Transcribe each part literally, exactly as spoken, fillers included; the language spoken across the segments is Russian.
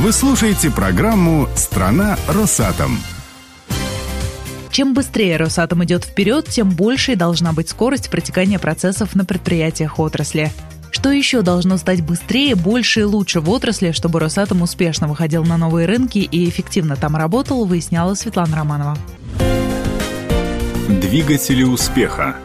Вы слушаете программу «Страна Росатом». Чем быстрее Росатом идет вперед, тем большей должна быть скорость протекания процессов на предприятиях отрасли. Что еще должно стать быстрее, больше и лучше в отрасли, чтобы Росатом успешно выходил на новые рынки и эффективно там работал, выясняла Светлана Романова. Двигатели успеха.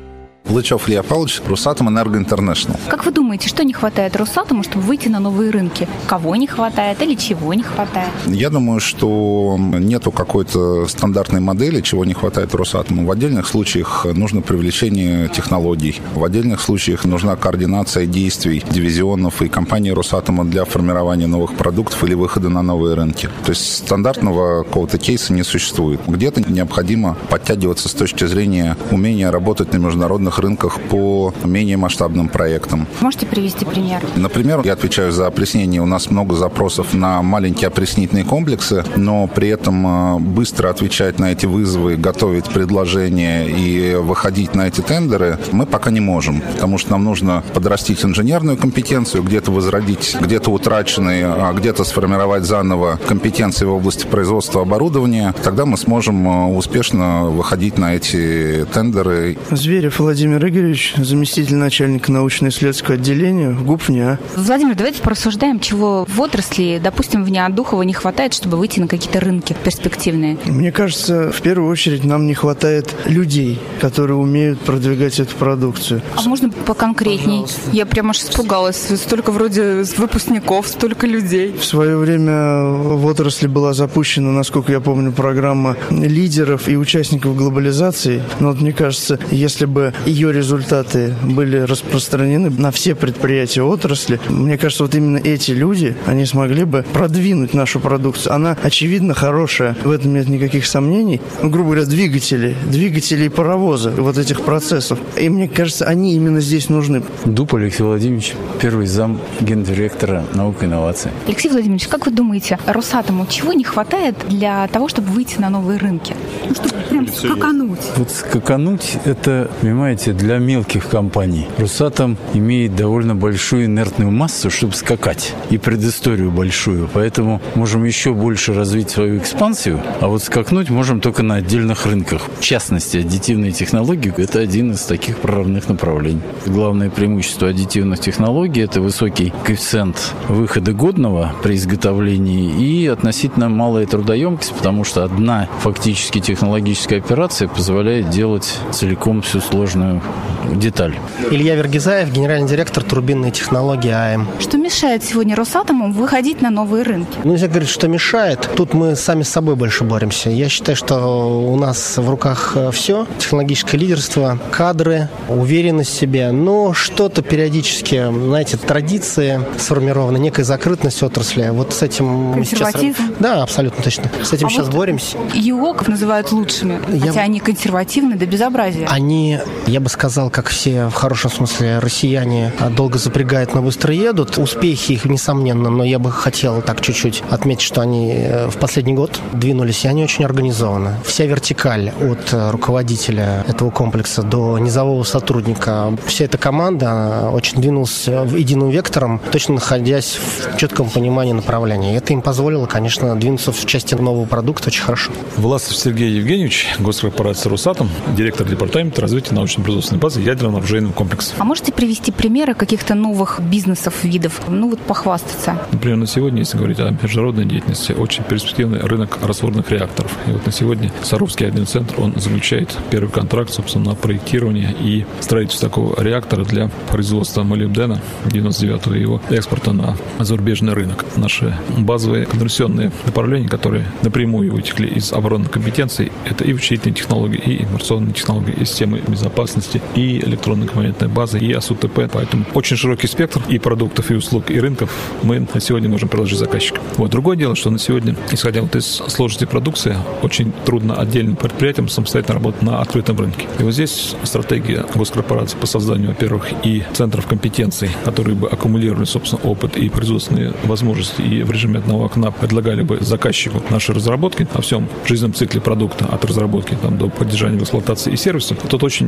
Лычев Илья Павлович, Росатом Энерго Интернешнл. Как вы думаете, что не хватает Росатому, чтобы выйти на новые рынки? Кого не хватает или чего не хватает? Я думаю, что нету какой-то стандартной модели, чего не хватает Росатому. В отдельных случаях нужно привлечение технологий. В отдельных случаях нужна координация действий дивизионов и компании Росатома для формирования новых продуктов или выхода на новые рынки. То есть стандартного какого-то кейса не существует. Где-то необходимо подтягиваться с точки зрения умения работать на международных рынках по менее масштабным проектам. Можете привести пример? Например, я отвечаю за опреснение. У нас много запросов на маленькие опреснительные комплексы, но при этом быстро отвечать на эти вызовы, готовить предложения и выходить на эти тендеры мы пока не можем, потому что нам нужно подрастить инженерную компетенцию, где-то возродить, где-то утраченные, а где-то сформировать заново компетенции в области производства оборудования. Тогда мы сможем успешно выходить на эти тендеры. Зверев Владимир Игоревич, заместитель начальника научно-исследовательского отделения ГУП ВНИА. Владимир, давайте порассуждаем, чего в отрасли, допустим, ВНИА Духова не хватает, чтобы выйти на какие-то рынки перспективные. Мне кажется, в первую очередь нам не хватает людей, которые умеют продвигать эту продукцию. А можно поконкретней? Пожалуйста. Я прям аж испугалась. Столько вроде выпускников, столько людей. В свое время в отрасли была запущена, насколько я помню, программа лидеров и участников глобализации. Но вот мне кажется, если бы ее результаты были распространены на все предприятия отрасли, мне кажется, вот именно эти люди, они смогли бы продвинуть нашу продукцию. Она, очевидно, хорошая, в этом нет никаких сомнений. Ну, грубо говоря, двигатели, двигатели и паровозы вот этих процессов. И мне кажется, они именно здесь нужны. Дуб Алексей Владимирович, первый зам гендиректора наук и инноваций. Алексей Владимирович, как вы думаете, Росатому чего не хватает для того, чтобы выйти на новые рынки? Ну, чтобы прям скакануть. Вот скакануть, это, понимаете, для мелких компаний. Росатом имеет довольно большую инертную массу, чтобы скакать, и предысторию большую. Поэтому можем еще больше развить свою экспансию, а вот скакнуть можем только на отдельных рынках. В частности, аддитивные технологии – это один из таких прорывных направлений. Главное преимущество аддитивных технологий – это высокий коэффициент выхода годного при изготовлении и относительно малая трудоемкость, потому что одна фактически технологическая операция позволяет делать целиком всю сложную деталь. Илья Вергизаев, генеральный директор турбинной технологии АЭМ. Что мешает сегодня Росатому выходить на новые рынки? Ну, нельзя говорить, что мешает. Тут мы сами с собой больше боремся. Я считаю, что у нас в руках все. Технологическое лидерство, кадры, уверенность в себе. Но что-то периодически, знаете, традиции сформированы, некая закрытность отрасли. Вот с этим... Консерватизм? Сейчас... Да, абсолютно точно. С этим а сейчас вот боремся. ЕОКов называют лучшими, Я... хотя они консервативны до безобразия. Они... Я бы сказал, как все, в хорошем смысле, россияне долго запрягают, но быстро едут. Успехи их, несомненно, но я бы хотел так чуть-чуть отметить, что они в последний год двинулись, и они очень организованы. Вся вертикаль от руководителя этого комплекса до низового сотрудника, вся эта команда очень двинулась единым вектором, точно находясь в четком понимании направления. И это им позволило, конечно, двинуться в части нового продукта очень хорошо. Власов Сергей Евгеньевич, госкорпорация «Росатом», директор департамента развития научно-производственной базы ядерно-оружейного комплекса. А можете привести примеры каких-то новых бизнесов, видов? Ну вот похвастаться. Например, на сегодня, если говорить о международной деятельности, очень перспективный рынок растворных реакторов. И вот на сегодня Саровский ядерный центр, он заключает первый контракт, собственно, на проектирование и строительство такого реактора для производства молибдена девяносто девятого и его экспорта на зарубежный рынок. Наши базовые конверсионные направления, которые напрямую вытекли из оборонных компетенций, это и вычислительные технологии, и информационные технологии, и системы безопасности, и электронная компонентная база, и АСУТП. Поэтому очень широкий спектр и продуктов, и услуг, и рынков мы на сегодня можем предложить заказчикам. Вот. Другое дело, что на сегодня, исходя вот из сложности продукции, очень трудно отдельным предприятиям самостоятельно работать на открытом рынке. И вот здесь стратегия госкорпорации по созданию, во-первых, и центров компетенций, которые бы аккумулировали, собственно, опыт и производственные возможности, и в режиме одного окна предлагали бы заказчику наши разработки о всем жизненном цикле продукта, от разработки там, до поддержания в эксплуатации и сервиса. Тут очень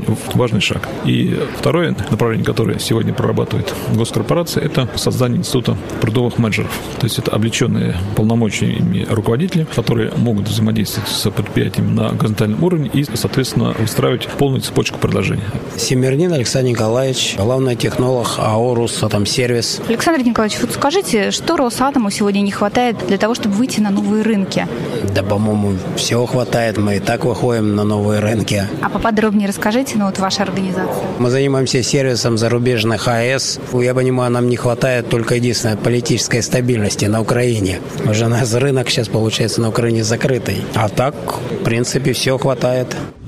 важный шаг. И второе направление, которое сегодня прорабатывает госкорпорация, это создание института продуктовых менеджеров. То есть это облеченные полномочиями руководители, которые могут взаимодействовать с предприятием на горизонтальном уровне и, соответственно, выстраивать полную цепочку предложений. Семернин Александр Николаевич, главный технолог АО «Росатомсервис». Александр Николаевич, вот скажите, что Росатому сегодня не хватает для того, чтобы выйти на новые рынки? Да, по-моему, всего хватает. Мы и так выходим на новые рынки. А поподробнее расскажите, ну вот ваша организация. Мы занимаемся сервисом зарубежных АЭС. Я понимаю, нам не хватает только единственной политической стабильности на Украине. Уже у нас рынок сейчас, получается, на Украине закрытый. А так, в принципе, все хватает.